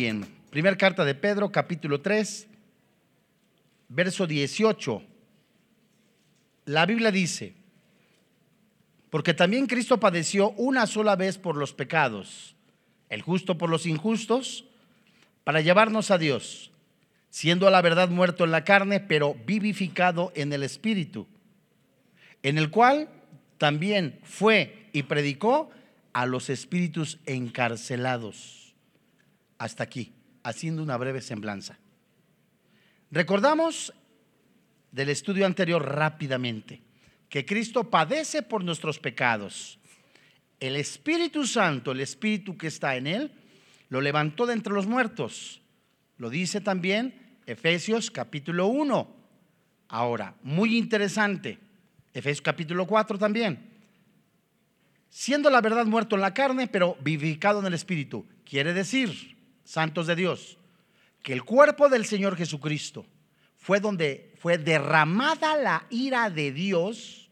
bien. Primera carta de Pedro, capítulo 3, verso 18. La Biblia dice: porque también Cristo padeció una sola vez por los pecados, el justo por los injustos, para llevarnos a Dios, siendo a la verdad muerto en la carne, pero vivificado en el Espíritu, en el cual también fue y predicó a los espíritus encarcelados. Hasta aquí, haciendo una breve semblanza. Recordamos del estudio anterior rápidamente que Cristo padece por nuestros pecados. El Espíritu Santo, el Espíritu que está en él, lo levantó de entre los muertos. Lo dice también Efesios capítulo 1. Ahora, muy interesante, Efesios capítulo 4 también. Siendo la verdad muerto en la carne, pero vivificado en el Espíritu. Quiere decir, santos de Dios, que el cuerpo del Señor Jesucristo fue donde fue derramada la ira de Dios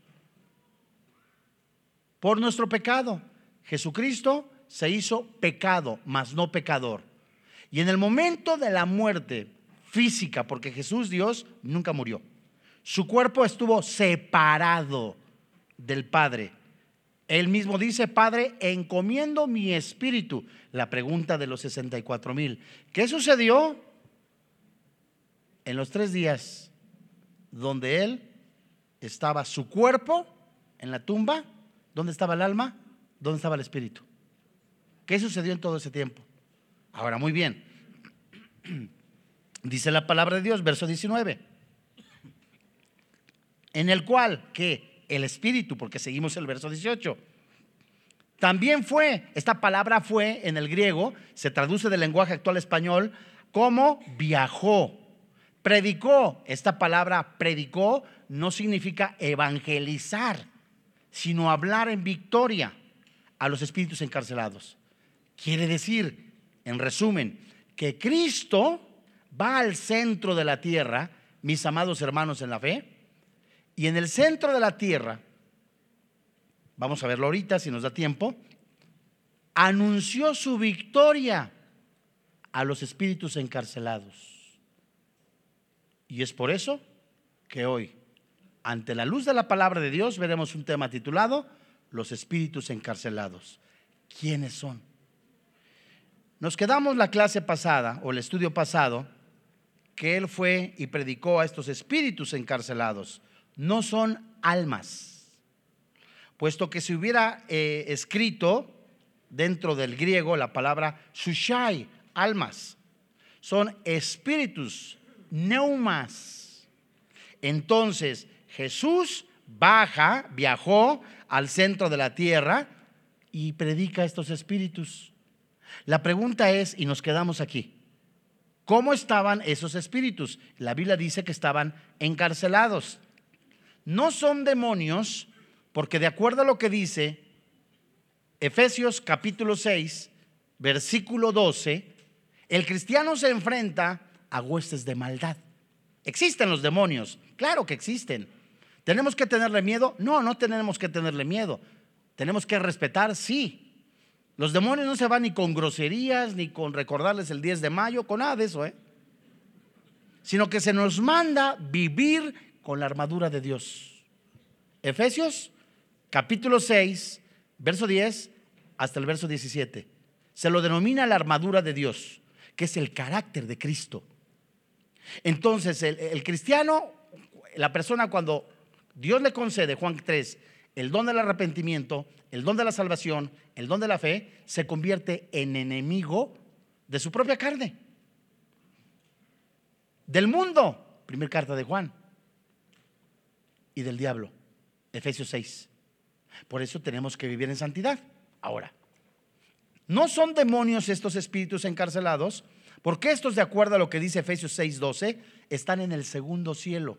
por nuestro pecado. Jesucristo se hizo pecado, mas no pecador. Y en el momento de la muerte física, porque Jesús, Dios, nunca murió, su cuerpo estuvo separado del Padre. Él mismo dice: Padre, encomiendo mi espíritu. La pregunta de los 64,000: ¿qué sucedió en los 3 días donde él estaba su cuerpo en la tumba? ¿Dónde estaba el alma? ¿Dónde estaba el espíritu? ¿Qué sucedió en todo ese tiempo? Ahora, muy bien, dice la palabra de Dios, verso 19, en el cual que el espíritu, porque seguimos el verso 18, también fue. Esta palabra fue en el griego se traduce del lenguaje actual español como viajó, predicó. Esta palabra predicó no significa evangelizar, sino hablar en victoria a los espíritus encarcelados. Quiere decir, en resumen, que Cristo va al centro de la tierra, mis amados hermanos en la fe, y en el centro de la tierra, vamos a verlo ahorita si nos da tiempo, anunció su victoria a los espíritus encarcelados. Y es por eso que hoy, ante la luz de la palabra de Dios, veremos un tema titulado los espíritus encarcelados. ¿Quiénes son? Nos quedamos la clase pasada o el estudio pasado que él fue y predicó a estos espíritus encarcelados. No son almas, puesto que si hubiera escrito dentro del griego la palabra sushai, almas, son espíritus, neumas. Entonces Jesús viajó al centro de la tierra y predica a estos espíritus. La pregunta es, y nos quedamos aquí, ¿cómo estaban esos espíritus? La Biblia dice que estaban encarcelados. No son demonios, porque de acuerdo a lo que dice Efesios capítulo 6, versículo 12, el cristiano se enfrenta a huestes de maldad. ¿Existen los demonios? Claro que existen. ¿Tenemos que tenerle miedo? No, no tenemos que tenerle miedo. ¿Tenemos que respetar? Sí. Los demonios no se van ni con groserías, ni con recordarles el 10 de mayo, con nada de eso, sino que se nos manda vivir con la armadura de Dios. Efesios capítulo 6, verso 10 hasta el verso 17. Se lo denomina la armadura de Dios, que es el carácter de Cristo. Entonces el cristiano, la persona, cuando Dios le concede, Juan 3, el don del arrepentimiento, el don de la salvación, el don de la fe, se convierte en enemigo de su propia carne, del mundo, primera carta de Juan, y del diablo, Efesios 6. Por eso tenemos que vivir en santidad. Ahora, no son demonios estos espíritus encarcelados, porque estos, de acuerdo a lo que dice Efesios 6:12, están en el segundo cielo,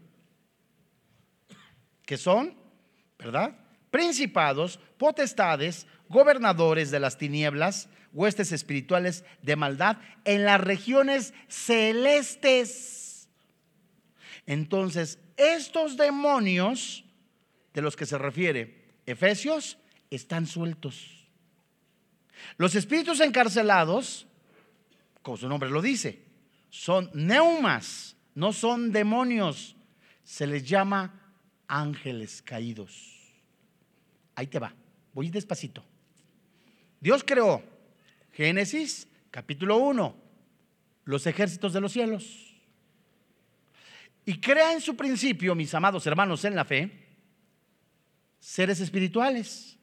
que son, ¿verdad?, principados, potestades, gobernadores de las tinieblas, huestes espirituales de maldad en las regiones celestes. Entonces, estos demonios de los que se refiere Efesios están sueltos. Los espíritus encarcelados, como su nombre lo dice, son neumas, no son demonios. Se les llama ángeles caídos. Ahí te va, voy despacito. Dios creó, Génesis capítulo 1, los ejércitos de los cielos. Y crea en su principio, mis amados hermanos en la fe, seres espirituales,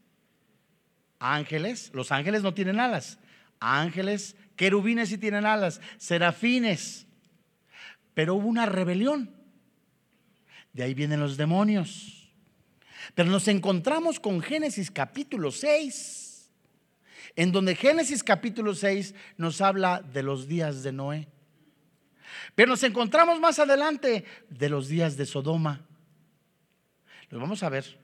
ángeles. Los ángeles no tienen alas. Ángeles, querubines sí tienen alas, serafines. Pero hubo una rebelión. De ahí vienen los demonios. Pero nos encontramos con Génesis capítulo 6, en donde Génesis capítulo 6 nos habla de los días de Noé. Pero nos encontramos más adelante de los días de Sodoma. Los vamos a ver.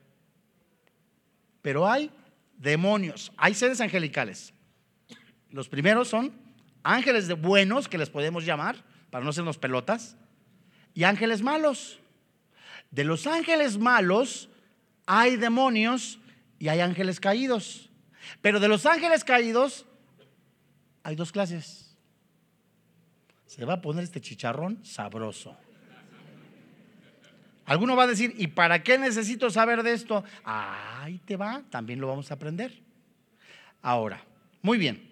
Pero hay demonios, hay seres angelicales. Los primeros son ángeles buenos, que les podemos llamar, para no hacernos pelotas, y ángeles malos. De los ángeles malos hay demonios y hay ángeles caídos. Pero de los ángeles caídos hay dos clases. Se va a poner este chicharrón sabroso. Alguno va a decir: ¿y para qué necesito saber de esto? Ahí te va, también lo vamos a aprender. Ahora, muy bien.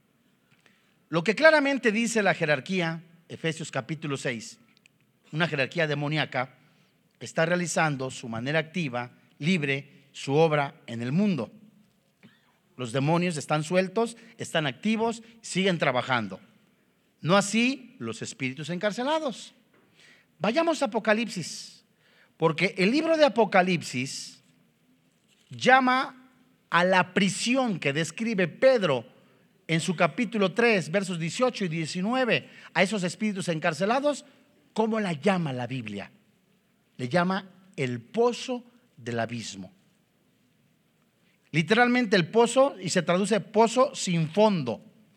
Lo que claramente dice la jerarquía, Efesios capítulo 6, una jerarquía demoníaca, está realizando su manera activa, libre, su obra en el mundo. Los demonios están sueltos, están activos, siguen trabajando. No así los espíritus encarcelados. Vayamos a Apocalipsis, porque el libro de Apocalipsis llama a la prisión que describe Pedro en su capítulo 3, versos 18 y 19, a esos espíritus encarcelados. ¿Cómo la llama la Biblia? Le llama el pozo del abismo. Literalmente el pozo, y se traduce pozo sin fondo.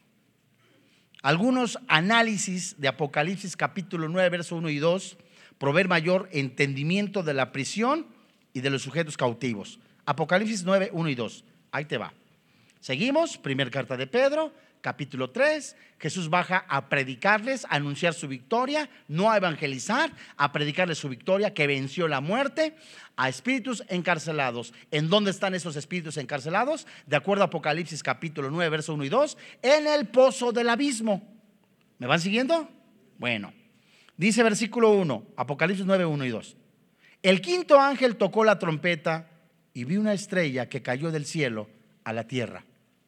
Algunos análisis de Apocalipsis capítulo 9, verso 1 y 2 proveer mayor entendimiento de la prisión y de los sujetos cautivos. Apocalipsis 9, 1 y 2. Ahí te va. Seguimos, primera carta de Pedro, capítulo 3. Jesús baja a predicarles, a anunciar su victoria, no a evangelizar, a predicarles su victoria, que venció la muerte, a espíritus encarcelados. ¿En dónde están esos espíritus encarcelados? De acuerdo a Apocalipsis capítulo 9, verso 1 y 2, en el pozo del abismo. ¿Me van siguiendo? Bueno, dice versículo 1, Apocalipsis 9, 1 y 2. El quinto ángel tocó la trompeta y vi una estrella que cayó del cielo a la tierra.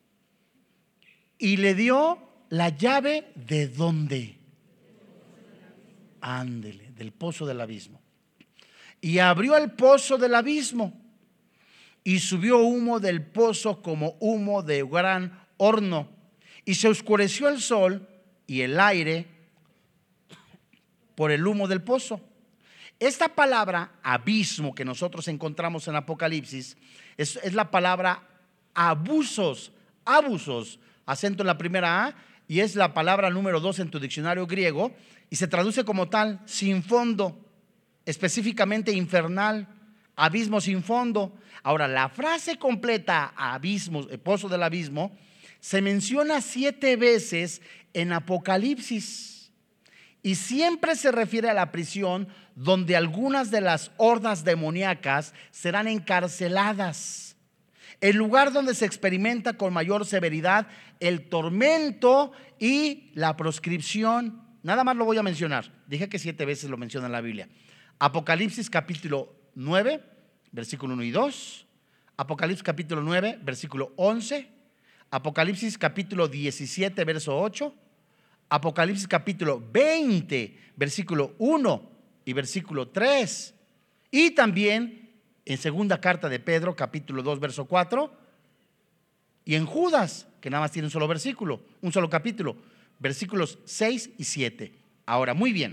Y le dio la llave de ¿dónde? Ándele, del pozo del abismo. Y abrió el pozo del abismo y subió humo del pozo como humo de gran horno. Y se oscureció el sol y el aire por el humo del pozo. Esta palabra abismo que nosotros encontramos en Apocalipsis es la palabra abusos, acento en la primera A, y es la palabra número 2 en tu diccionario griego, y se traduce como tal, sin fondo, específicamente infernal, abismo sin fondo. Ahora, la frase completa, abismo, el pozo del abismo, se menciona 7 veces en Apocalipsis, y siempre se refiere a la prisión donde algunas de las hordas demoníacas serán encarceladas. El lugar donde se experimenta con mayor severidad el tormento y la proscripción. Nada más lo voy a mencionar. Dije que 7 veces lo menciona en la Biblia. Apocalipsis capítulo 9, versículo 1 y 2. Apocalipsis capítulo 9, versículo 11. Apocalipsis capítulo 17, verso 8. Apocalipsis capítulo 20, versículo 1 y versículo 3. Y también en segunda carta de Pedro, capítulo 2, verso 4, y en Judas, que nada más tiene un solo versículo, un solo capítulo, versículos 6 y 7. Ahora, muy bien,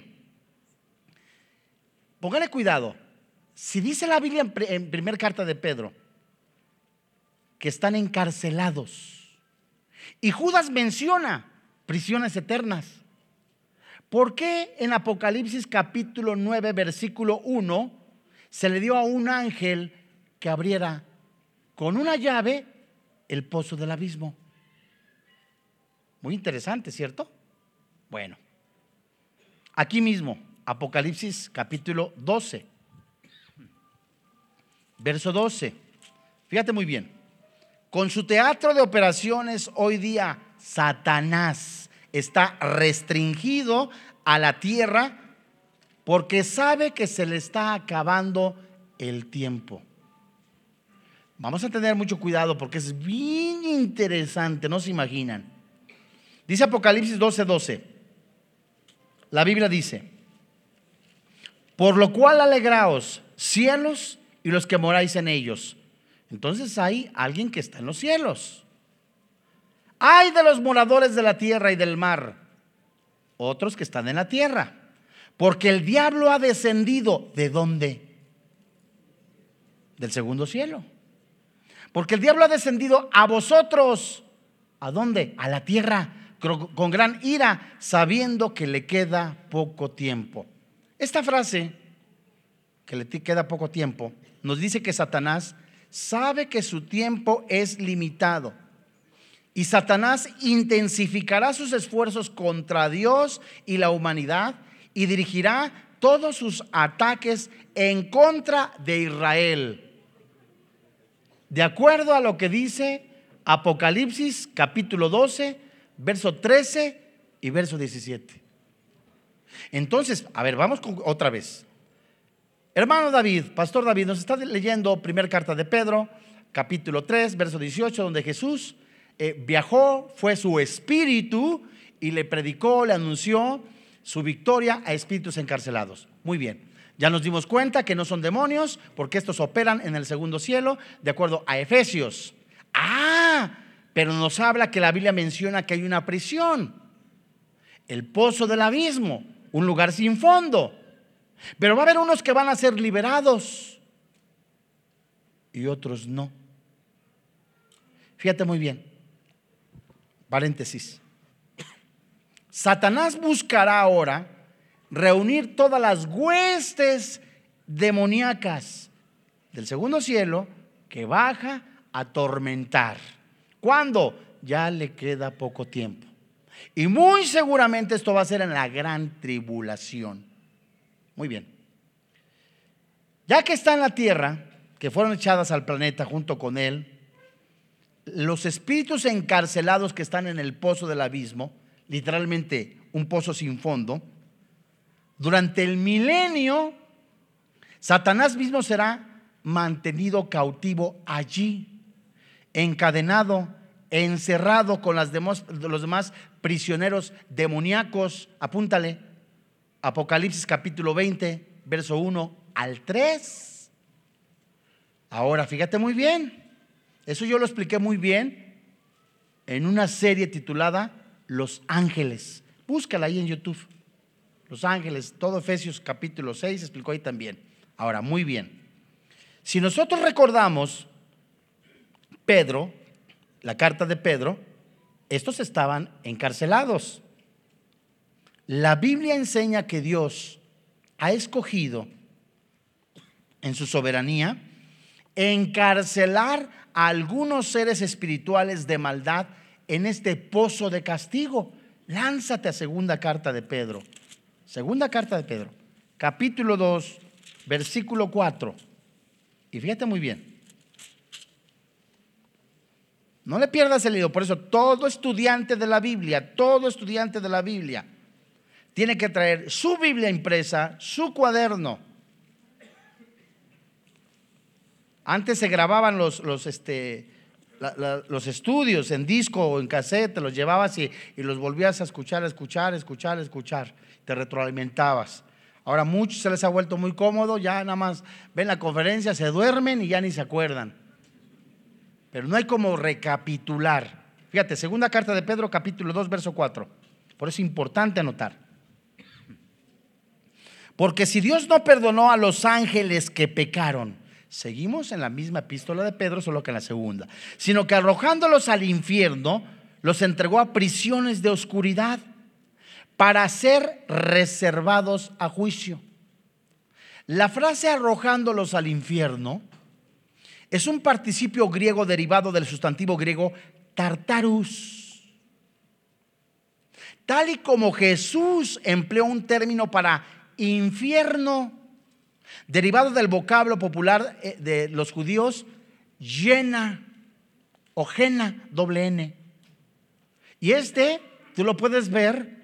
póngale cuidado. Si dice la Biblia en primera carta de Pedro que están encarcelados, y Judas menciona prisiones eternas, ¿por qué en Apocalipsis capítulo 9, versículo 1 se le dio a un ángel que abriera con una llave el pozo del abismo? Muy interesante, ¿cierto? Bueno, aquí mismo, Apocalipsis capítulo 12, verso 12. Fíjate muy bien. Con su teatro de operaciones hoy día, Satanás está restringido a la tierra porque sabe que se le está acabando el tiempo. Vamos a tener mucho cuidado porque es bien interesante, no se imaginan. Dice Apocalipsis 12:12. La Biblia dice: por lo cual alegraos, cielos y los que moráis en ellos. Entonces hay alguien que está en los cielos. Ay de los moradores de la tierra y del mar, otros que están en la tierra, porque el diablo ha descendido. ¿De dónde? Del segundo cielo. Porque el diablo ha descendido a vosotros. ¿A dónde? A la tierra, con gran ira, sabiendo que le queda poco tiempo. Esta frase, que le queda poco tiempo, nos dice que Satanás sabe que su tiempo es limitado. Y Satanás intensificará sus esfuerzos contra Dios y la humanidad y dirigirá todos sus ataques en contra de Israel. De acuerdo a lo que dice Apocalipsis capítulo 12, verso 13 y verso 17. Entonces, a ver, vamos otra vez. Hermano David, Pastor David, nos está leyendo primera carta de Pedro, capítulo 3, verso 18, donde Jesús viajó, fue su espíritu y le predicó, le anunció su victoria a espíritus encarcelados. Muy bien. Ya nos dimos cuenta que no son demonios, porque estos operan en el segundo cielo, de acuerdo a Efesios. Pero nos habla que la Biblia menciona que hay una prisión, el pozo del abismo, un lugar sin fondo. Pero va a haber unos que van a ser liberados y otros no. Fíjate muy bien, paréntesis. Satanás buscará ahora reunir todas las huestes demoníacas del segundo cielo que baja a atormentar. ¿Cuándo? Ya le queda poco tiempo. Y muy seguramente esto va a ser en la gran tribulación. Muy bien. Ya que está en la tierra, que fueron echadas al planeta junto con él, los espíritus encarcelados que están en el pozo del abismo, literalmente un pozo sin fondo, durante el milenio, Satanás mismo será mantenido cautivo allí, encadenado, encerrado con los demás prisioneros demoníacos. Apúntale, Apocalipsis capítulo 20, verso 1 al 3. Ahora, fíjate muy bien, eso yo lo expliqué muy bien en una serie titulada Los Ángeles. Búscala ahí en YouTube. Los Ángeles, todo Efesios capítulo 6 explicó ahí también. Ahora, muy bien. Si nosotros recordamos Pedro, la carta de Pedro, estos estaban encarcelados. La Biblia enseña que Dios ha escogido en su soberanía encarcelar a algunos seres espirituales de maldad en este pozo de castigo. Lánzate a segunda carta de Pedro. Segunda carta de Pedro, capítulo 2, versículo 4. Y fíjate muy bien. No le pierdas el hilo. Por eso todo estudiante de la Biblia tiene que traer su Biblia impresa, su cuaderno. Antes se grababan los estudios en disco o en cassette, los llevabas y los volvías a escuchar. Te retroalimentabas. Ahora a muchos se les ha vuelto muy cómodo, ya nada más ven la conferencia, se duermen y ya ni se acuerdan. Pero no hay como recapitular. Fíjate, segunda carta de Pedro, capítulo 2, verso 4. Por eso es importante anotar. Porque si Dios no perdonó a los ángeles que pecaron, seguimos en la misma epístola de Pedro, solo que en la segunda, sino que arrojándolos al infierno, los entregó a prisiones de oscuridad para ser reservados a juicio. La frase arrojándolos al infierno es un participio griego derivado del sustantivo griego tartarus. tal y como Jesús empleó un término para infierno, derivado del vocablo popular de los judíos, llena o jena, doble N. Y tú lo puedes ver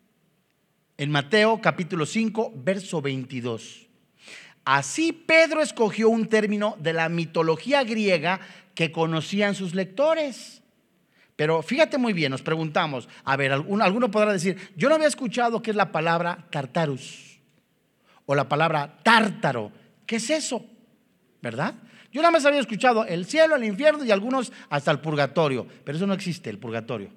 en Mateo capítulo 5, verso 22. Así Pedro escogió un término de la mitología griega que conocían sus lectores. Pero fíjate muy bien, nos preguntamos, a ver, alguno podrá decir, yo no había escuchado qué es la palabra tartarus o la palabra tártaro. ¿Qué es eso? ¿Verdad? Yo nada más había escuchado el cielo, el infierno y algunos hasta el purgatorio, pero eso no existe, el purgatorio.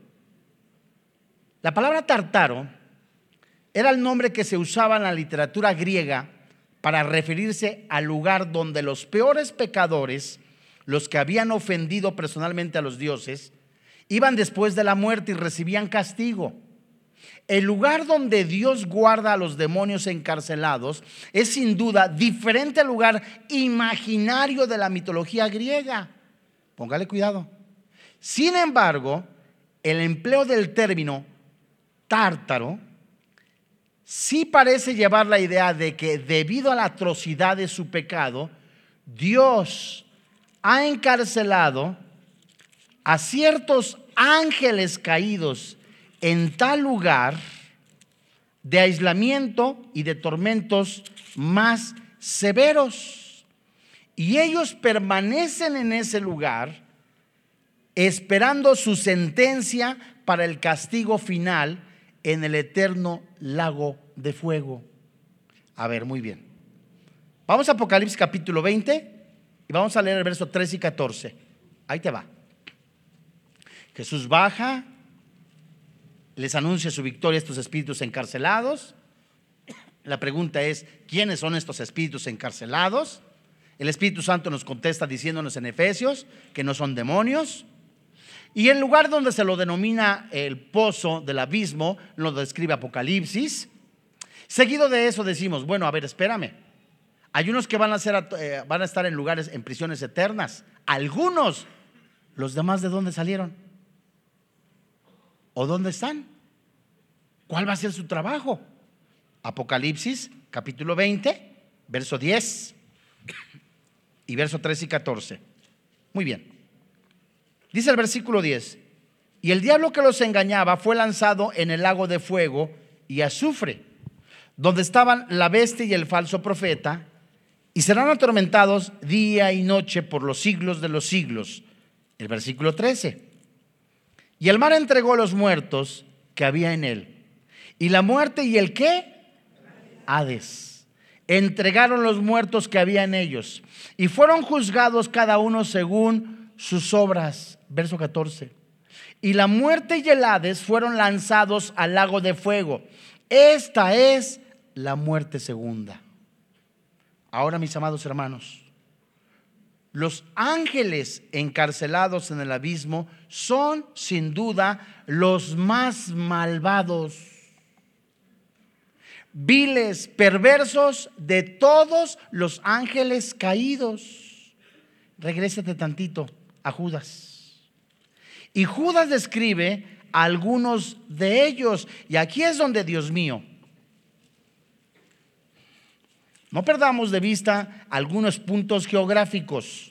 La palabra tártaro era el nombre que se usaba en la literatura griega para referirse al lugar donde los peores pecadores, los que habían ofendido personalmente a los dioses, iban después de la muerte y recibían castigo. El lugar donde Dios guarda a los demonios encarcelados es sin duda diferente al lugar imaginario de la mitología griega. Póngale cuidado. Sin embargo, el empleo del término tártaro sí parece llevar la idea de que debido a la atrocidad de su pecado, Dios ha encarcelado a ciertos ángeles caídos en tal lugar de aislamiento y de tormentos más severos. Y ellos permanecen en ese lugar esperando su sentencia para el castigo final en el eterno lago de fuego. A ver, muy bien. Vamos a Apocalipsis capítulo 20 y vamos a leer el verso 13 y 14. Ahí te va. Jesús baja, les anuncia su victoria a estos espíritus encarcelados. La pregunta es, ¿quiénes son estos espíritus encarcelados? El Espíritu Santo nos contesta diciéndonos en Efesios que no son demonios. Y el lugar donde se lo denomina el pozo del abismo lo describe Apocalipsis. Seguido de eso decimos, bueno, a ver, espérame. Hay unos que van a estar en lugares, en prisiones eternas. Algunos. ¿Los demás de dónde salieron? ¿O dónde están? ¿Cuál va a ser su trabajo? Apocalipsis capítulo 20, verso 10 y verso 13 y 14. Muy bien. Dice el versículo 10: y el diablo que los engañaba fue lanzado en el lago de fuego y azufre, donde estaban la bestia y el falso profeta, y serán atormentados día y noche por los siglos de los siglos. El versículo 13: y el mar entregó los muertos que había en él, y la muerte y el ¿qué? Hades entregaron los muertos que había en ellos, y fueron juzgados cada uno según sus obras. Verso 14: y la muerte y el Hades fueron lanzados al lago de fuego. Esta es la muerte segunda. Ahora, mis amados hermanos, los ángeles encarcelados en el abismo son sin duda los más malvados, viles, perversos de todos los ángeles caídos. Regrésate tantito a Judas. Y Judas describe a algunos de ellos. Y aquí es donde, Dios mío, no perdamos de vista algunos puntos geográficos,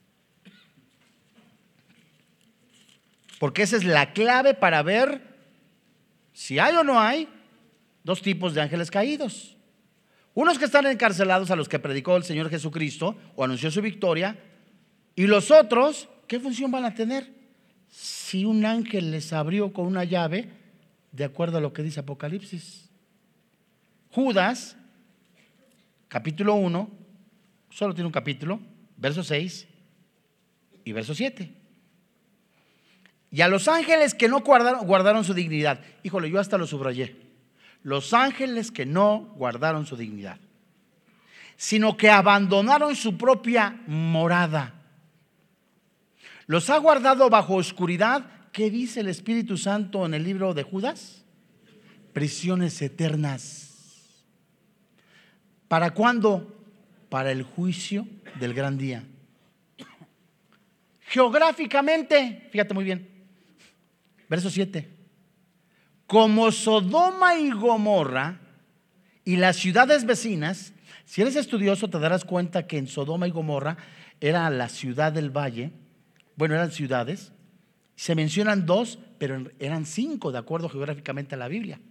porque esa es la clave para ver si hay o no hay dos tipos de ángeles caídos. Unos que están encarcelados, a los que predicó el Señor Jesucristo o anunció su victoria, y los otros, ¿qué función van a tener? Si un ángel les abrió con una llave, de acuerdo a lo que dice Apocalipsis. Judas capítulo 1, solo tiene un capítulo, verso 6 y verso 7. Y a los ángeles que no guardaron su dignidad. Híjole, yo hasta lo subrayé. Los ángeles que no guardaron su dignidad, sino que abandonaron su propia morada, los ha guardado bajo oscuridad. ¿Qué dice el Espíritu Santo en el libro de Judas? Prisiones eternas. ¿Para cuándo? Para el juicio del gran día. Geográficamente, fíjate muy bien, verso 7: como Sodoma y Gomorra y las ciudades vecinas. Si eres estudioso te darás cuenta que en Sodoma y Gomorra era la ciudad del valle. Bueno, eran ciudades. Se mencionan 2, pero eran 5 de acuerdo geográficamente a la Biblia.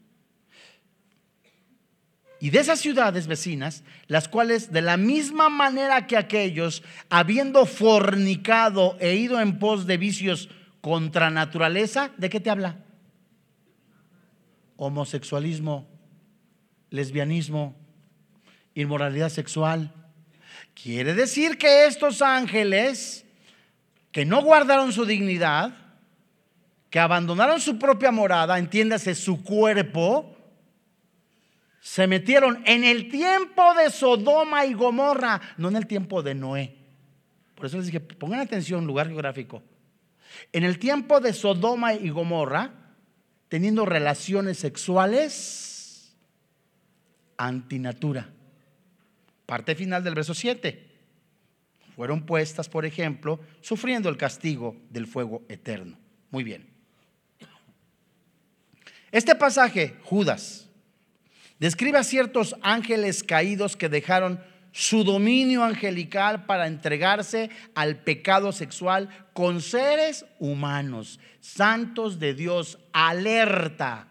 Y de esas ciudades vecinas, las cuales de la misma manera que aquellos, habiendo fornicado e ido en pos de vicios contra naturaleza, ¿de qué te habla? Homosexualismo, lesbianismo, inmoralidad sexual. Quiere decir que estos ángeles que no guardaron su dignidad, que abandonaron su propia morada, entiéndase su cuerpo, se metieron en el tiempo de Sodoma y Gomorra, no en el tiempo de Noé. Por eso les dije, pongan atención, lugar geográfico. En el tiempo de Sodoma y Gomorra, teniendo relaciones sexuales antinatura. Parte final del verso 7. Fueron puestas, por ejemplo, sufriendo el castigo del fuego eterno. Muy bien. Este pasaje, Judas, describe a ciertos ángeles caídos que dejaron su dominio angelical para entregarse al pecado sexual con seres humanos, santos de Dios. Alerta.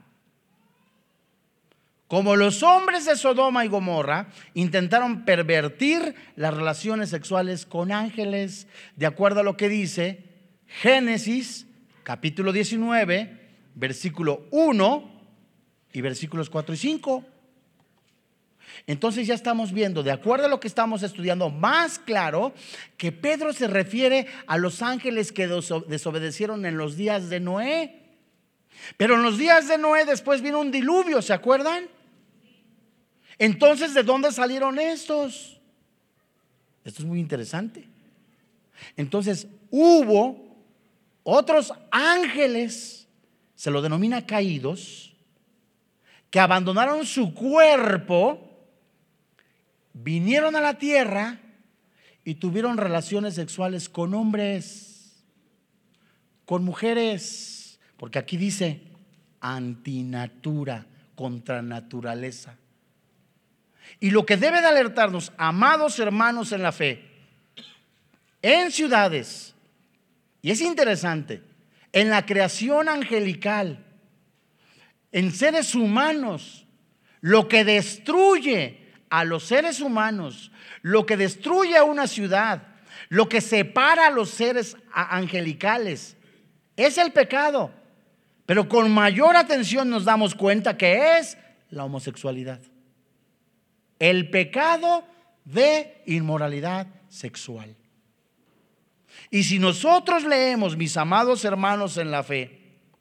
Como los hombres de Sodoma y Gomorra intentaron pervertir las relaciones sexuales con ángeles, de acuerdo a lo que dice Génesis capítulo 19, versículo 1 y versículos 4 y 5. Entonces ya estamos viendo, de acuerdo a lo que estamos estudiando, más claro que Pedro se refiere a los ángeles que desobedecieron en los días de Noé. Pero en los días de Noé después vino un diluvio, ¿se acuerdan? Entonces, ¿de dónde salieron estos? Esto es muy interesante. Entonces, hubo otros ángeles, se lo denomina caídos, que abandonaron su cuerpo, vinieron a la tierra y tuvieron relaciones sexuales con hombres, con mujeres, porque aquí dice antinatura, contra naturaleza. Y lo que debe de alertarnos, amados hermanos en la fe, en ciudades, y es interesante, en la creación angelical, en seres humanos, lo que destruye a los seres humanos, lo que destruye a una ciudad, lo que separa a los seres angelicales, es el pecado. Pero con mayor atención nos damos cuenta que es la homosexualidad. El pecado de inmoralidad sexual. Y si nosotros leemos, mis amados hermanos en la fe,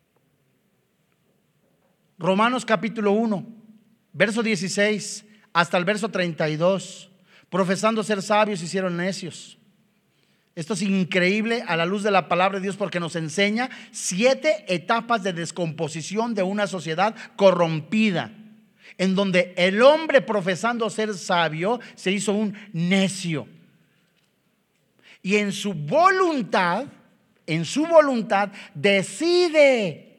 Romanos capítulo 1, verso 16 hasta el verso 32, profesando ser sabios se hicieron necios. Esto es increíble a la luz de la palabra de Dios, porque nos enseña 7 etapas de descomposición de una sociedad corrompida, en donde el hombre, profesando ser sabio, se hizo un necio. Y en su voluntad decide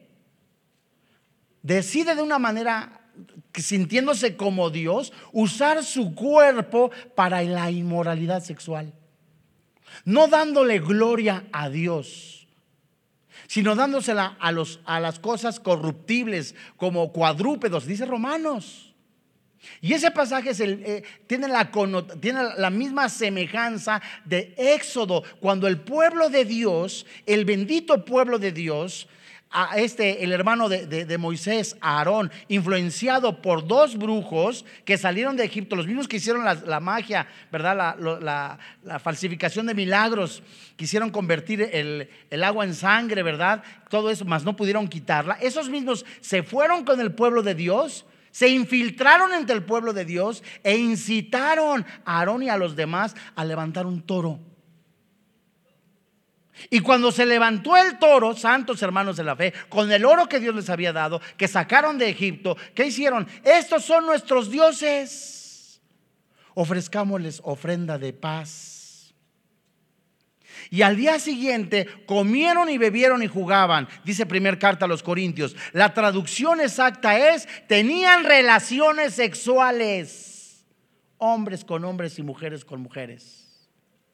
de una manera, sintiéndose como Dios, usar su cuerpo para la inmoralidad sexual, no dándole gloria a Dios, sino dándosela a las cosas corruptibles, como cuadrúpedos, dice Romanos. Y ese pasaje tiene la misma semejanza de Éxodo, cuando el pueblo de Dios, el bendito pueblo de Dios, el hermano de Moisés, Aarón, influenciado por 2 brujos que salieron de Egipto, los mismos que hicieron la magia, ¿verdad? La falsificación de milagros, quisieron convertir el agua en sangre, ¿verdad? Todo eso, mas no pudieron quitarla. Esos mismos se fueron con el pueblo de Dios, se infiltraron entre el pueblo de Dios e incitaron a Aarón y a los demás a levantar un toro. Y cuando se levantó el toro, santos hermanos de la fe, con el oro que Dios les había dado, que sacaron de Egipto, ¿qué hicieron? Estos son nuestros dioses, ofrezcámosles ofrenda de paz. Y al día siguiente comieron y bebieron y jugaban. Dice primera carta a los Corintios. La traducción exacta es: tenían relaciones sexuales, hombres con hombres y mujeres con mujeres.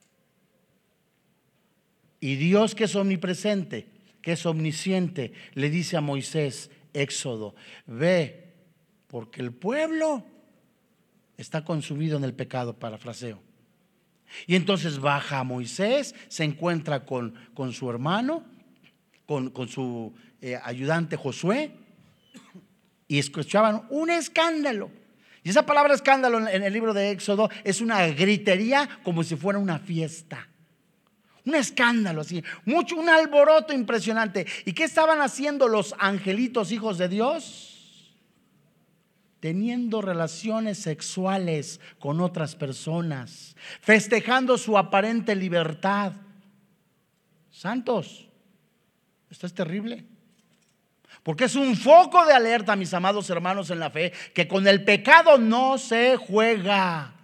Y Dios, que es omnipresente, que es omnisciente, le dice a Moisés, Éxodo: ve, porque el pueblo está consumido en el pecado. Parafraseo. Y entonces baja Moisés, se encuentra con su hermano, con su ayudante Josué, y escuchaban un escándalo. Y esa palabra escándalo en el libro de Éxodo es una gritería, como si fuera una fiesta. Un escándalo así, un alboroto impresionante. ¿Y qué estaban haciendo los angelitos hijos de Dios? Teniendo relaciones sexuales con otras personas, festejando su aparente libertad. Santos, esto es terrible, porque es un foco de alerta, mis amados hermanos en la fe, que con el pecado no se juega.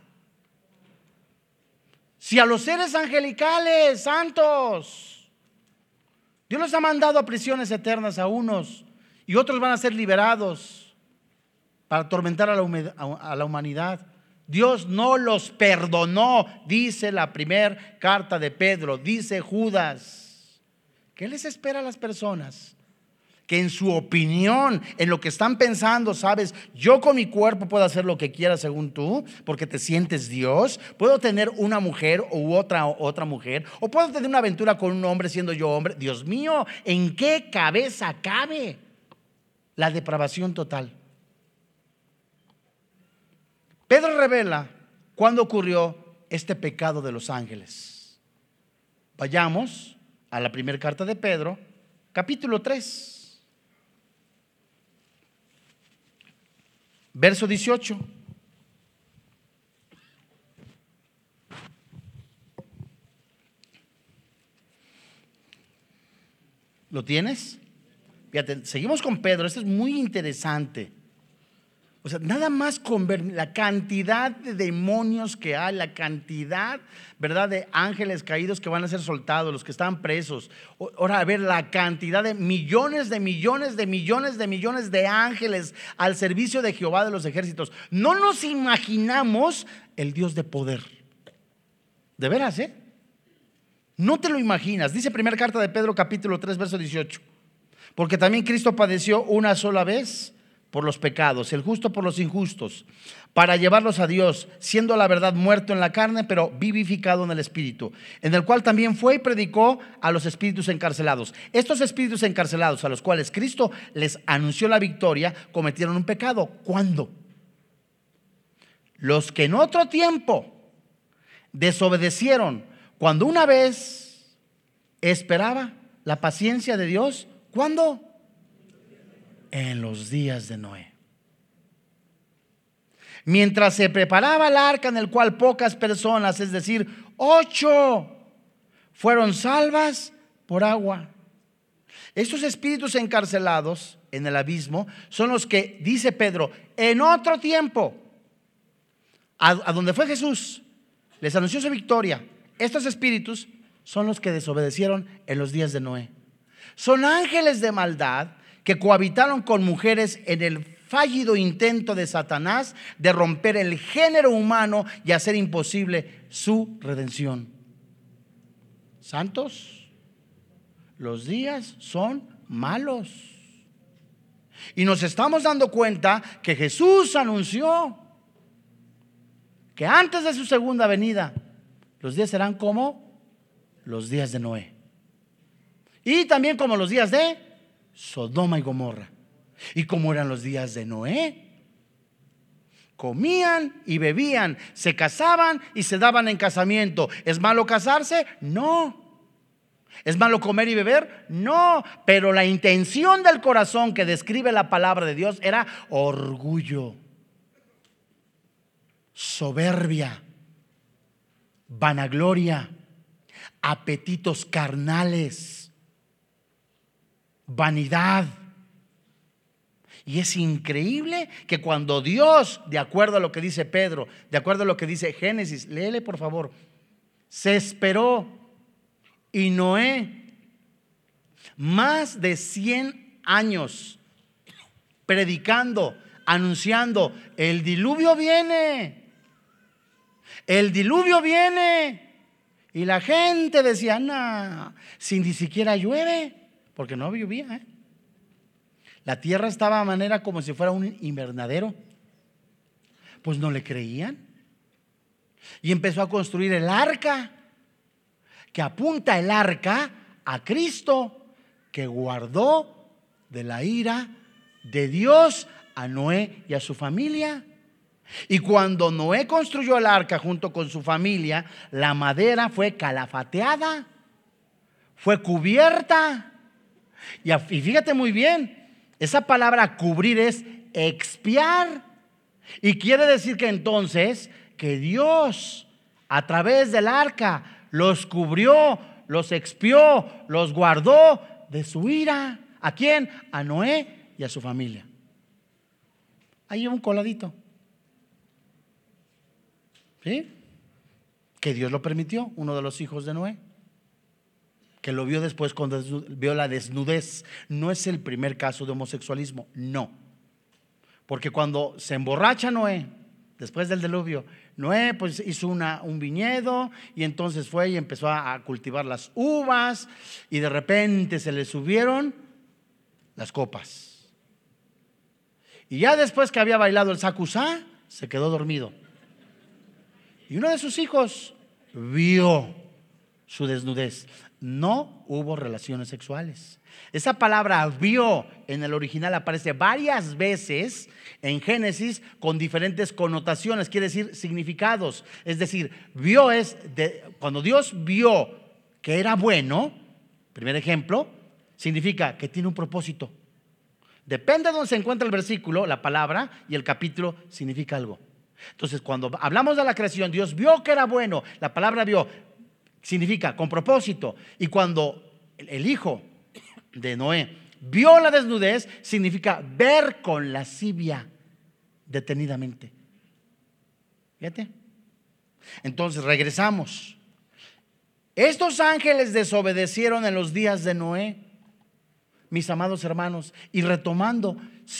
Si a los seres angelicales, santos, Dios los ha mandado a prisiones eternas a unos, y otros van a ser liberados para atormentar a la humanidad. Dios no los perdonó, dice la primera carta de Pedro, dice Judas. ¿Qué les espera a las personas? Que en su opinión, en lo que están pensando, sabes, yo con mi cuerpo puedo hacer lo que quiera según tú, porque te sientes Dios. Puedo tener una mujer u otra mujer, o puedo tener una aventura con un hombre siendo yo hombre. Dios mío, ¿en qué cabeza cabe la depravación total? Pedro revela cuándo ocurrió este pecado de los ángeles. Vayamos a la primera carta de Pedro, capítulo 3, verso 18. ¿Lo tienes? Fíjate, seguimos con Pedro. Esto es muy interesante. O sea, nada más con ver la cantidad de demonios que hay, la cantidad, ¿verdad?, de ángeles caídos que van a ser soltados, los que están presos. Ahora, a ver la cantidad de millones de ángeles al servicio de Jehová de los ejércitos. No nos imaginamos el Dios de poder. De veras, no te lo imaginas. Dice primera carta de Pedro, capítulo 3, verso 18. Porque también Cristo padeció una sola vez por los pecados, el justo por los injustos, para llevarlos a Dios, siendo la verdad muerto en la carne, pero vivificado en el espíritu, en el cual también fue y predicó a los espíritus encarcelados. Estos espíritus encarcelados, a los cuales Cristo les anunció la victoria, cometieron un pecado. ¿Cuándo? Los que en otro tiempo desobedecieron, cuando una vez esperaba la paciencia de Dios. ¿Cuándo? En los días de Noé. Mientras se preparaba el arca, en el cual pocas personas, es decir, 8, fueron salvas por agua. Estos espíritus encarcelados en el abismo son los que, dice Pedro, en otro tiempo, a donde fue Jesús, les anunció su victoria. Estos espíritus son los que desobedecieron en los días de Noé. Son ángeles de maldad que cohabitaron con mujeres en el fallido intento de Satanás de romper el género humano y hacer imposible su redención. Santos, los días son malos. Y nos estamos dando cuenta que Jesús anunció que antes de su segunda venida, los días serán como los días de Noé. Y también como los días de Sodoma y Gomorra. ¿Y cómo eran los días de Noé? Comían y bebían, se casaban y se daban en casamiento. ¿Es malo casarse? No. ¿Es malo comer y beber? No. Pero la intención del corazón que describe la palabra de Dios era orgullo, soberbia, vanagloria, apetitos carnales, vanidad. Y es increíble que cuando Dios, de acuerdo a lo que dice Pedro, de acuerdo a lo que dice Génesis, léele por favor, se esperó Y Noé, más de 100 años predicando, anunciando: el diluvio viene, el diluvio viene. Y la gente decía: no, si ni siquiera llueve, porque no llovía, La tierra estaba a manera como si fuera un invernadero. Pues no le creían. Y empezó a construir el arca, que apunta el arca a Cristo, que guardó de la ira de Dios a Noé y a su familia. Y cuando Noé construyó el arca junto con su familia, la madera fue calafateada, fue cubierta. Y fíjate muy bien, esa palabra cubrir es expiar. Y quiere decir que entonces que Dios a través del arca los cubrió, los expió, los guardó de su ira. ¿A quién? A Noé y a su familia. Ahí un coladito, ¿sí? Que Dios lo permitió, uno de los hijos de Noé, que lo vio después cuando vio la desnudez. No es el primer caso de homosexualismo, no. Porque cuando se emborracha Noé, después del diluvio, Noé pues hizo un viñedo, y entonces fue y empezó a cultivar las uvas, y de repente se le subieron las copas. Y ya después que había bailado el sacusá, se quedó dormido. Y uno de sus hijos vio su desnudez. No hubo relaciones sexuales. Esa palabra vio en el original aparece varias veces en Génesis con diferentes connotaciones, quiere decir significados. Es decir, vio cuando Dios vio que era bueno, primer ejemplo, significa que tiene un propósito. Depende de donde se encuentra el versículo, la palabra y el capítulo significa algo. Entonces, cuando hablamos de la creación, Dios vio que era bueno. La palabra vio significa con propósito. Y cuando el hijo de Noé vio la desnudez, significa ver con lascivia detenidamente. Fíjate. Entonces regresamos. Estos ángeles desobedecieron en los días de Noé, mis amados hermanos, y retomando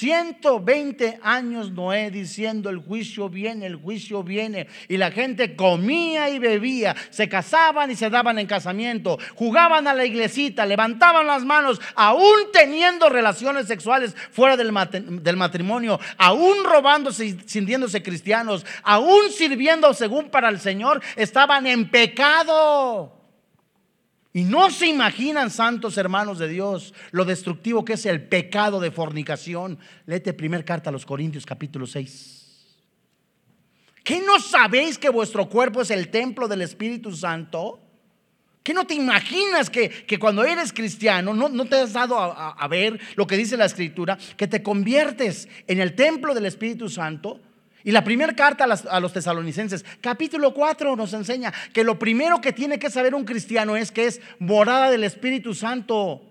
120 años Noé diciendo: el juicio viene, y la gente comía y bebía, se casaban y se daban en casamiento, jugaban a la iglesita, levantaban las manos, aún teniendo relaciones sexuales fuera del matrimonio, aún robándose y sintiéndose cristianos, aún sirviendo según para el Señor, estaban en pecado. Y no se imaginan, santos hermanos de Dios, lo destructivo que es el pecado de fornicación. Léete primera carta a los Corintios capítulo 6. ¿Qué no sabéis que vuestro cuerpo es el templo del Espíritu Santo? ¿Qué no te imaginas que cuando eres cristiano no te has dado a ver lo que dice la Escritura? Que te conviertes en el templo del Espíritu Santo. Y la primera carta a los tesalonicenses, capítulo 4, nos enseña que lo primero que tiene que saber un cristiano es que es morada del Espíritu Santo,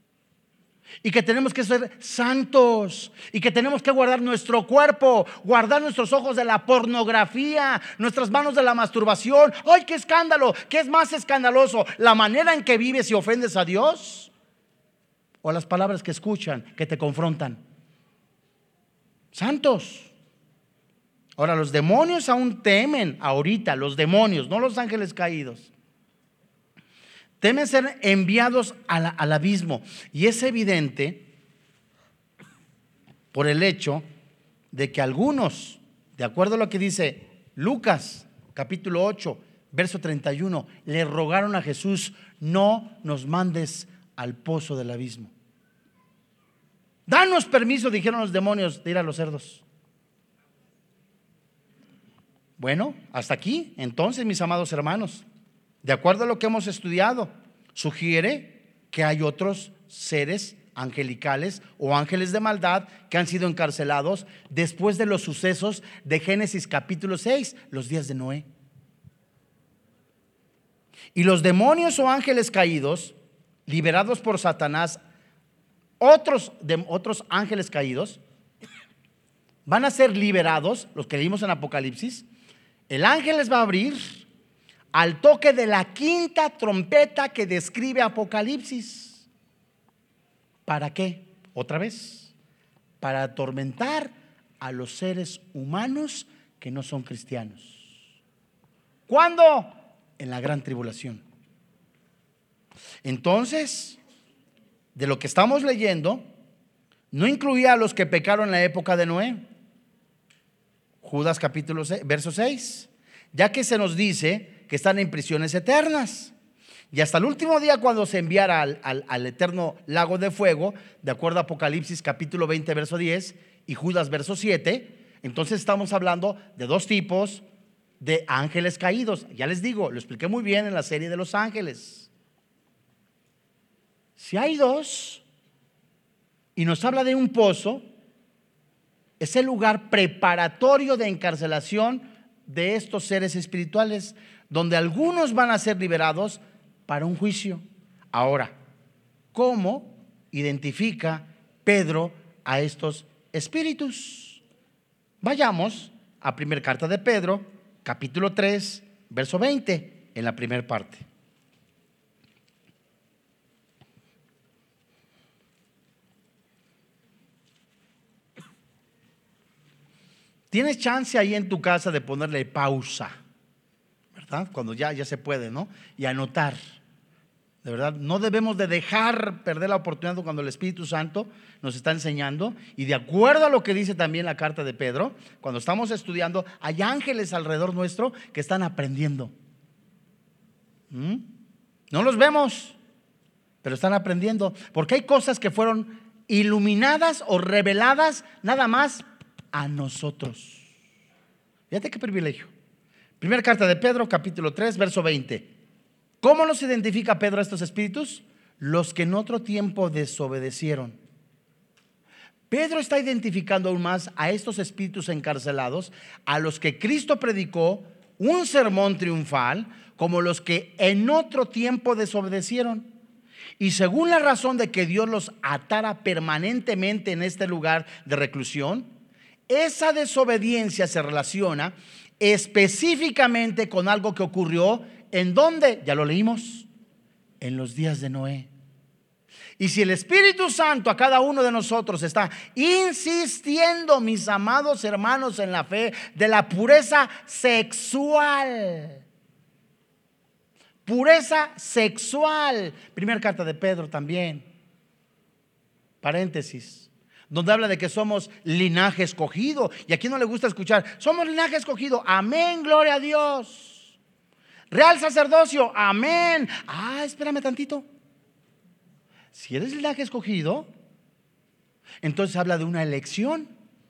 y que tenemos que ser santos, y que tenemos que guardar nuestro cuerpo, guardar nuestros ojos de la pornografía, nuestras manos de la masturbación. ¡Ay, qué escándalo! ¿Qué es más escandaloso? ¿La manera en que vives y ofendes a Dios? ¿O las palabras que escuchan, que te confrontan? Santos. Ahora, los demonios aún temen, ahorita, los demonios, no los ángeles caídos, temen ser enviados al abismo. Y es evidente por el hecho de que algunos, de acuerdo a lo que dice Lucas capítulo 8, verso 31, le rogaron a Jesús: no nos mandes al pozo del abismo. Danos permiso, dijeron los demonios, de ir a los cerdos. Bueno, hasta aquí, entonces, mis amados hermanos, de acuerdo a lo que hemos estudiado, sugiere que hay otros seres angelicales o ángeles de maldad que han sido encarcelados después de los sucesos de Génesis capítulo 6, los días de Noé. Y los demonios o ángeles caídos, liberados por Satanás, otros ángeles caídos, van a ser liberados, los que leímos en Apocalipsis. El ángel les va a abrir al toque de la quinta trompeta que describe Apocalipsis. ¿Para qué? Otra vez, para atormentar a los seres humanos que no son cristianos. ¿Cuándo? En la gran tribulación. Entonces, de lo que estamos leyendo, no incluía a los que pecaron en la época de Noé. Judas capítulo 6, verso 6, ya que se nos dice que están en prisiones eternas. Y hasta el último día, cuando se enviara al eterno lago de fuego, de acuerdo a Apocalipsis capítulo 20 verso 10 y Judas verso 7, entonces estamos hablando de dos tipos de ángeles caídos. Ya les digo, lo expliqué muy bien en la serie de los ángeles. Si hay dos y nos habla de un pozo, es el lugar preparatorio de encarcelación de estos seres espirituales, donde algunos van a ser liberados para un juicio. Ahora, ¿cómo identifica Pedro a estos espíritus? Vayamos a primera carta de Pedro, capítulo 3, verso 20, en la primera parte. Tienes chance ahí en tu casa de ponerle pausa, ¿verdad? Cuando ya se puede, ¿no? Y anotar. De verdad, no debemos de dejar perder la oportunidad cuando el Espíritu Santo nos está enseñando. Y de acuerdo a lo que dice también la carta de Pedro, cuando estamos estudiando, hay ángeles alrededor nuestro que están aprendiendo. No los vemos, pero están aprendiendo. Porque hay cosas que fueron iluminadas o reveladas nada más a nosotros. Fíjate qué privilegio. Primera carta de Pedro, capítulo 3, verso 20. ¿Cómo los identifica Pedro a estos espíritus? Los que en otro tiempo desobedecieron. Pedro está identificando aún más a estos espíritus encarcelados, a los que Cristo predicó un sermón triunfal, como los que en otro tiempo desobedecieron. Y según la razón de que Dios los atara permanentemente en este lugar de reclusión, esa desobediencia se relaciona específicamente con algo que ocurrió. ¿En dónde? Ya lo leímos, en los días de Noé. Y si el Espíritu Santo a cada uno de nosotros está insistiendo, mis amados hermanos en la fe, de la pureza sexual. Pureza sexual. Primera carta de Pedro también. Paréntesis. Donde habla de que somos linaje escogido. Y a quien no le gusta escuchar, somos linaje escogido. Amén, gloria a Dios. Real sacerdocio, amén. Espérame tantito. Si eres linaje escogido, entonces habla de una elección.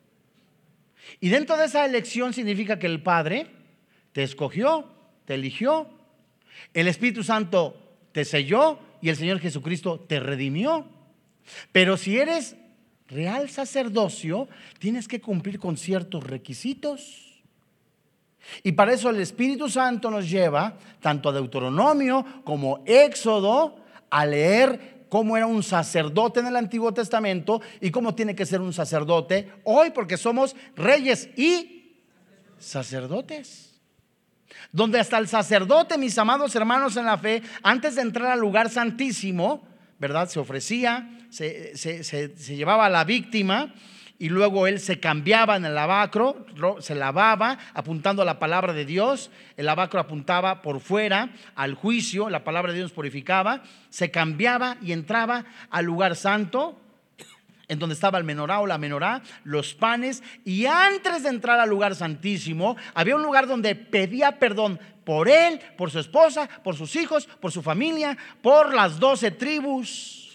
Y dentro de esa elección significa que el Padre te escogió, te eligió. El Espíritu Santo te selló y el Señor Jesucristo te redimió. Pero si eres real sacerdocio, tienes que cumplir con ciertos requisitos. Y para eso el Espíritu Santo nos lleva tanto a Deuteronomio como Éxodo a leer cómo era un sacerdote en el Antiguo Testamento y cómo tiene que ser un sacerdote hoy, porque somos reyes y sacerdotes. Donde hasta el sacerdote, mis amados hermanos en la fe, antes de entrar al lugar santísimo, ¿verdad? Se ofrecía, se llevaba a la víctima y luego él se cambiaba en el lavacro, se lavaba apuntando a la palabra de Dios. El lavacro apuntaba por fuera al juicio, la palabra de Dios purificaba. Se cambiaba y entraba al lugar santo, en donde estaba el menorá o la menorá, los panes. Y antes de entrar al lugar santísimo, había un lugar donde pedía perdón por él, por su esposa, por sus hijos, por su familia, por las 12 tribus.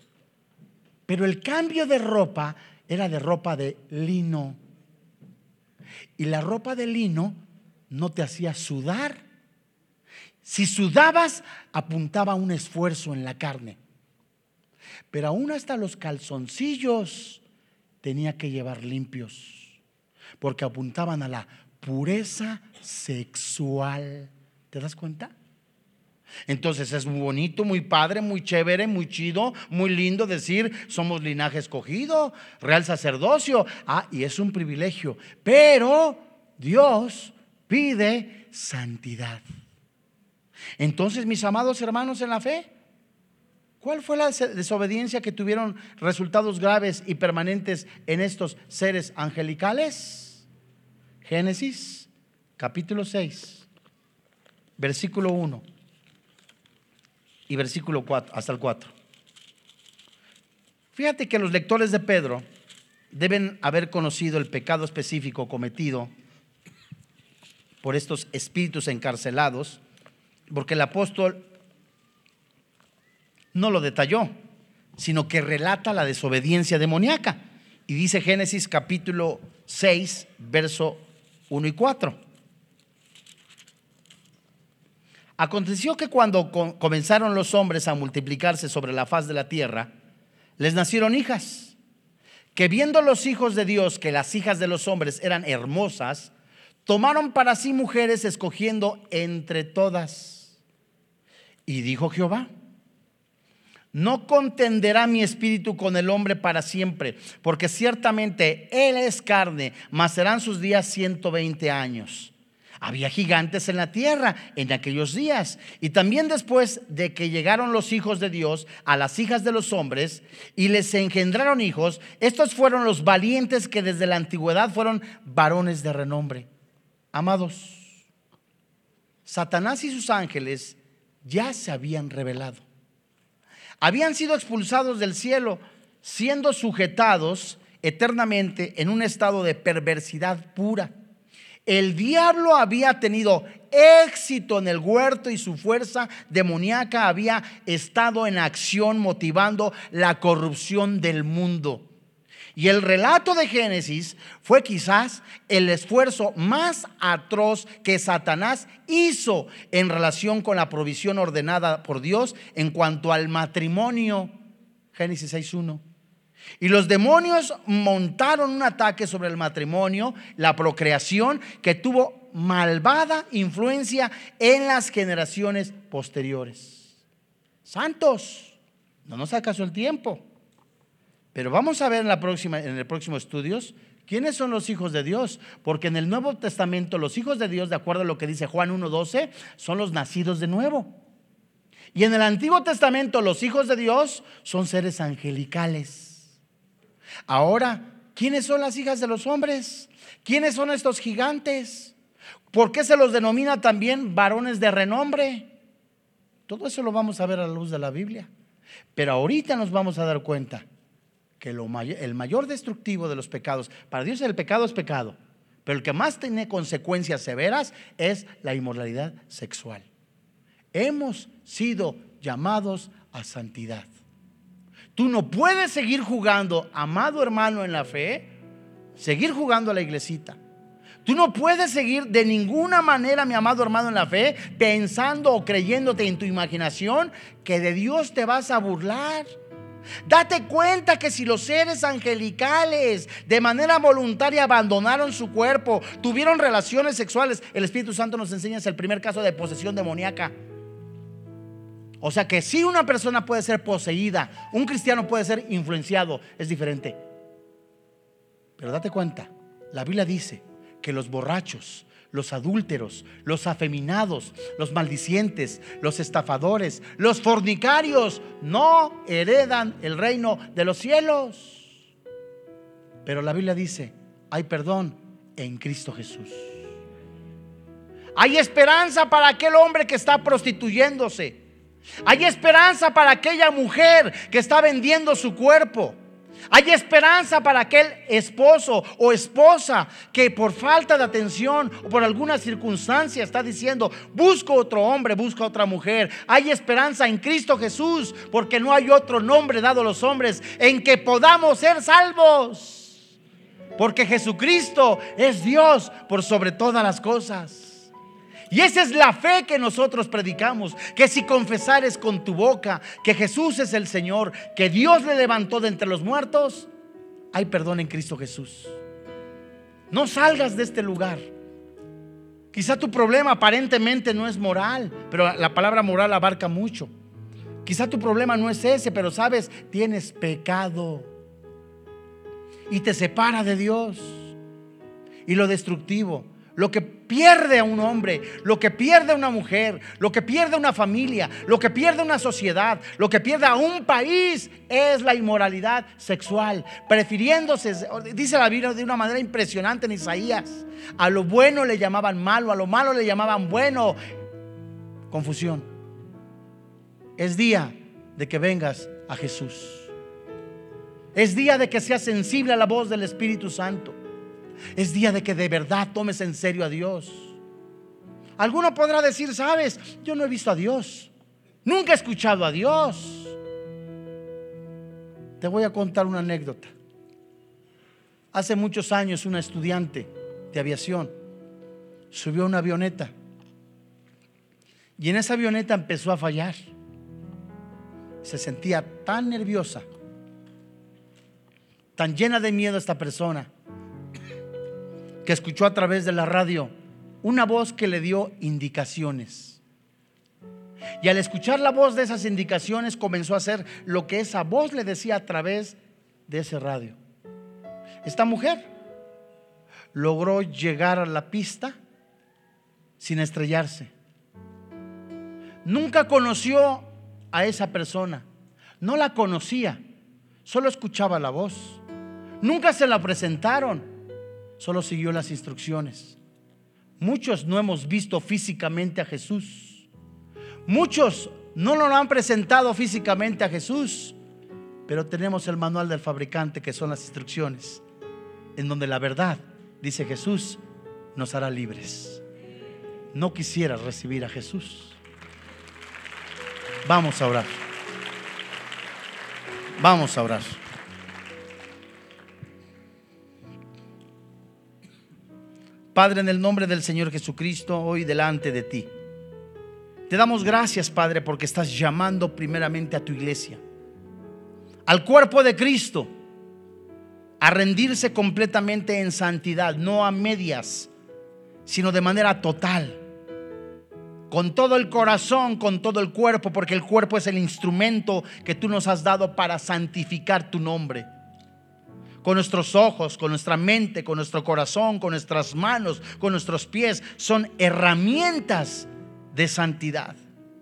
Pero el cambio de ropa era de ropa de lino. Y la ropa de lino no te hacía sudar. Si sudabas, apuntaba a un esfuerzo en la carne. Pero aún hasta los calzoncillos tenía que llevar limpios, porque apuntaban a la pureza sexual. ¿Te das cuenta? Entonces es muy bonito, muy padre, muy chévere, muy chido, muy lindo decir somos linaje escogido, real sacerdocio. Y es un privilegio. Pero Dios pide santidad. Entonces, mis amados hermanos en la fe, ¿cuál fue la desobediencia que tuvieron resultados graves y permanentes en estos seres angelicales? Génesis capítulo 6, versículo 1 y versículo 4 hasta el 4. Fíjate que los lectores de Pedro deben haber conocido el pecado específico cometido por estos espíritus encarcelados, porque el apóstol no lo detalló, sino que relata la desobediencia demoníaca. Y dice Génesis capítulo 6, verso 1 y 4. Aconteció que cuando comenzaron los hombres a multiplicarse sobre la faz de la tierra, les nacieron hijas, que viendo los hijos de Dios que las hijas de los hombres eran hermosas, tomaron para sí mujeres, escogiendo entre todas. Y dijo Jehová: no contenderá mi espíritu con el hombre para siempre, porque ciertamente él es carne, mas serán sus días 120 años. Había gigantes en la tierra en aquellos días, y también después de que llegaron los hijos de Dios a las hijas de los hombres y les engendraron hijos, estos fueron los valientes que desde la antigüedad fueron varones de renombre. Amados, Satanás y sus ángeles ya se habían revelado. Habían sido expulsados del cielo, siendo sujetados eternamente en un estado de perversidad pura. El diablo había tenido éxito en el huerto y su fuerza demoníaca había estado en acción, motivando la corrupción del mundo. Y el relato de Génesis fue quizás el esfuerzo más atroz que Satanás hizo en relación con la provisión ordenada por Dios en cuanto al matrimonio. Génesis 6:1. Y los demonios montaron un ataque sobre el matrimonio, la procreación, que tuvo malvada influencia en las generaciones posteriores. Santos, no nos alcanzó el tiempo, pero vamos a ver en el próximo estudios quiénes son los hijos de Dios, porque en el Nuevo Testamento los hijos de Dios, de acuerdo a lo que dice Juan 1:12, son los nacidos de nuevo. Y en el Antiguo Testamento los hijos de Dios son seres angelicales. Ahora, ¿quiénes son las hijas de los hombres? ¿Quiénes son estos gigantes? ¿Por qué se los denomina también varones de renombre? Todo eso lo vamos a ver a la luz de la Biblia. Pero ahorita nos vamos a dar cuenta que el mayor destructivo de los pecados, para Dios el pecado es pecado, pero el que más tiene consecuencias severas es la inmoralidad sexual. Hemos sido llamados a santidad. Tú no puedes seguir jugando, amado hermano en la fe, seguir jugando a la iglesita. Tú no puedes seguir de ninguna manera, mi amado hermano en la fe, pensando o creyéndote en tu imaginación que de Dios te vas a burlar. Date cuenta que si los seres angelicales de manera voluntaria abandonaron su cuerpo, tuvieron relaciones sexuales, el Espíritu Santo nos enseña es el primer caso de posesión demoníaca. O sea que si una persona puede ser poseída, un cristiano puede ser influenciado, es diferente. Pero date cuenta, la Biblia dice que los borrachos, los adúlteros, los afeminados, los maldicientes, los estafadores, los fornicarios no heredan el reino de los cielos. Pero la Biblia dice, hay perdón en Cristo Jesús. Hay esperanza para aquel hombre que está prostituyéndose. Hay esperanza para aquella mujer que está vendiendo su cuerpo. Hay esperanza para aquel esposo o esposa que por falta de atención o por alguna circunstancia está diciendo: busco otro hombre, busco otra mujer. Hay esperanza en Cristo Jesús, porque no hay otro nombre dado a los hombres en que podamos ser salvos, porque Jesucristo es Dios por sobre todas las cosas. Y esa es la fe que nosotros predicamos, que si confesares con tu boca que Jesús es el Señor, que Dios le levantó de entre los muertos, hay perdón en Cristo Jesús. No salgas de este lugar. Quizá tu problema aparentemente no es moral, pero la palabra moral abarca mucho. Quizá tu problema no es ese, pero sabes, tienes pecado y te separa de Dios. Y lo destructivo, lo que pierde a un hombre, lo que pierde a una mujer, lo que pierde a una familia, lo que pierde a una sociedad, lo que pierde a un país es la inmoralidad sexual, prefiriéndose, dice la Biblia de una manera impresionante en Isaías, a lo bueno le llamaban malo, a lo malo le llamaban bueno. Confusión. Es día de que vengas a Jesús. Es día de que seas sensible a la voz del Espíritu Santo. Es día de que de verdad tomes en serio a Dios. Alguno podrá decir: sabes, yo no he visto a Dios, nunca he escuchado a Dios. Te voy a contar una anécdota. Hace muchos años una estudiante de aviación subió a una avioneta y en esa avioneta empezó a fallar. Se sentía tan nerviosa, tan llena de miedo esta persona, que escuchó a través de la radio una voz que le dio indicaciones. Y al escuchar la voz de esas indicaciones comenzó a hacer lo que esa voz le decía a través de ese radio. Esta mujer logró llegar a la pista sin estrellarse. Nunca conoció a esa persona, no la conocía, solo escuchaba la voz. Nunca se la presentaron, solo siguió las instrucciones. Muchos no hemos visto físicamente a Jesús. Muchos no nos lo han presentado físicamente a Jesús, pero tenemos el manual del fabricante, que son las instrucciones, en donde la verdad, dice Jesús, nos hará libres. No quisieras recibir a Jesús. Vamos a orar. Vamos a orar. Padre, en el nombre del Señor Jesucristo, hoy delante de ti te damos gracias, Padre, porque estás llamando primeramente a tu iglesia, al cuerpo de Cristo, a rendirse completamente en santidad, no a medias, sino de manera total, con todo el corazón, con todo el cuerpo, porque el cuerpo es el instrumento que tú nos has dado para santificar tu nombre. Con nuestros ojos, con nuestra mente, con nuestro corazón, con nuestras manos, con nuestros pies, son herramientas de santidad.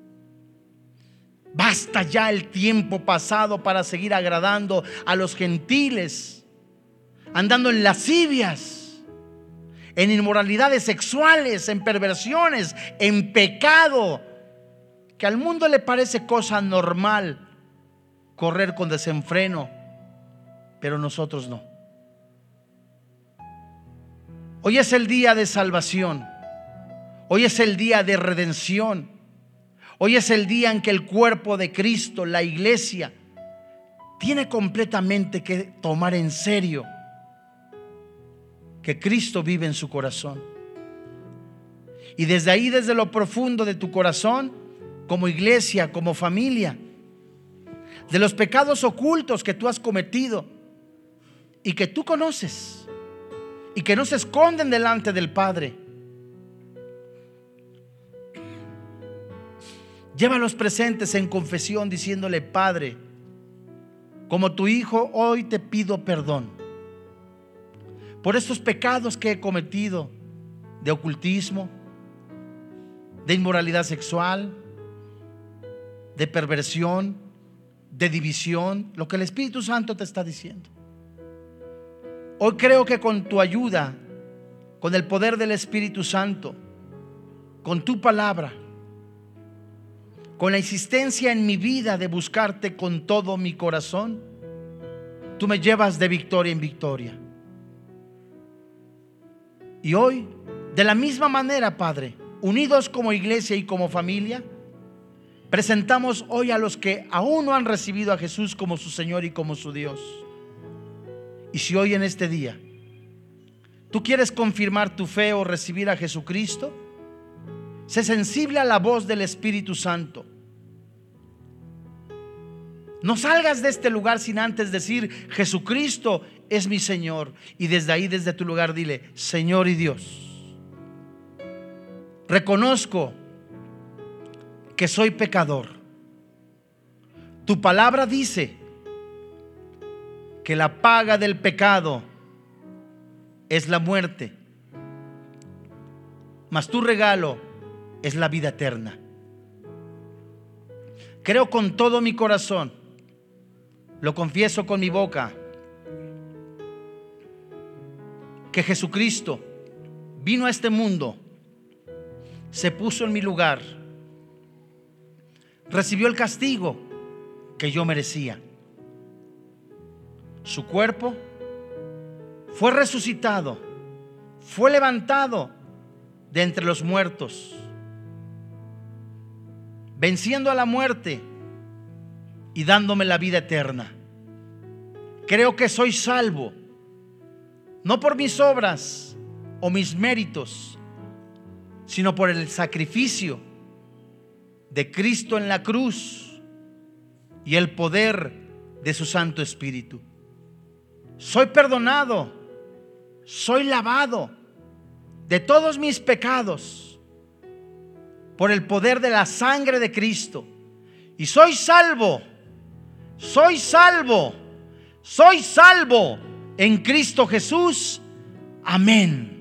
Basta ya el tiempo pasado para seguir agradando a los gentiles, andando en lascivias, en inmoralidades sexuales, en perversiones, en pecado, que al mundo le parece cosa normal correr con desenfreno, pero nosotros no. Hoy es el día de salvación. Hoy es el día de redención. Hoy es el día en que el cuerpo de Cristo, la iglesia, tiene completamente que tomar en serio que Cristo vive en su corazón. Y desde ahí, desde lo profundo de tu corazón, como iglesia, como familia, de los pecados ocultos que tú has cometido y que tú conoces y que no se esconden delante del Padre, llévalos presentes en confesión, diciéndole: Padre, como tu hijo, hoy te pido perdón por estos pecados que he cometido, de ocultismo, de inmoralidad sexual, de perversión, de división, lo que el Espíritu Santo te está diciendo. Hoy creo que con tu ayuda, con el poder del Espíritu Santo, con tu palabra, con la insistencia en mi vida de buscarte con todo mi corazón, tú me llevas de victoria en victoria. Y hoy, de la misma manera, Padre, unidos como iglesia y como familia, presentamos hoy a los que aún no han recibido a Jesús como su Señor y como su Dios. Y si hoy en este día tú quieres confirmar tu fe o recibir a Jesucristo, sé sensible a la voz del Espíritu Santo. No salgas de este lugar sin antes decir: Jesucristo es mi Señor. Y desde ahí, desde tu lugar, dile: Señor y Dios, reconozco que soy pecador. Tu palabra dice que la paga del pecado es la muerte, mas tu regalo es la vida eterna. Creo con todo mi corazón, lo confieso con mi boca, que Jesucristo vino a este mundo, se puso en mi lugar, recibió el castigo que yo merecía. Su cuerpo fue resucitado, fue levantado de entre los muertos, venciendo a la muerte y dándome la vida eterna. Creo que soy salvo, no por mis obras o mis méritos, sino por el sacrificio de Cristo en la cruz y el poder de su Santo Espíritu. Soy perdonado, soy lavado de todos mis pecados por el poder de la sangre de Cristo, y soy salvo, soy salvo, soy salvo en Cristo Jesús. Amén.